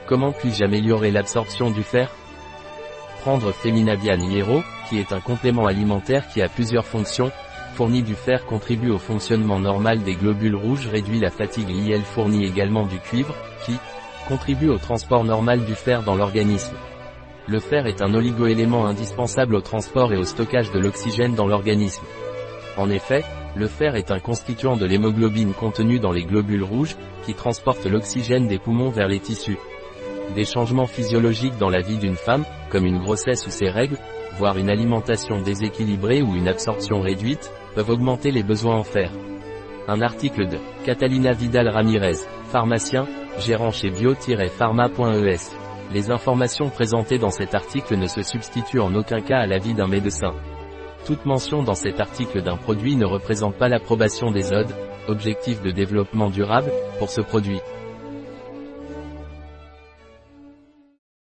Comment puis-je améliorer l'absorption du fer? Prendre Feminavian Hierro, qui est un complément alimentaire qui a plusieurs fonctions, fournit du fer, contribue au fonctionnement normal des globules rouges, réduit la fatigue. Il fournit également du cuivre, qui contribue au transport normal du fer dans l'organisme. Le fer est un oligoélément indispensable au transport et au stockage de l'oxygène dans l'organisme. En effet, le fer est un constituant de l'hémoglobine contenue dans les globules rouges, qui transporte l'oxygène des poumons vers les tissus. Des changements physiologiques dans la vie d'une femme, comme une grossesse ou ses règles, voire une alimentation déséquilibrée ou une absorption réduite, peuvent augmenter les besoins en fer. Un article de Catalina Vidal Ramirez, pharmacien, gérant chez bio-pharma.es. Les informations présentées dans cet article ne se substituent en aucun cas à l'avis d'un médecin. Toute mention dans cet article d'un produit ne représente pas l'approbation des ODD, Objectifs de développement durable, pour ce produit.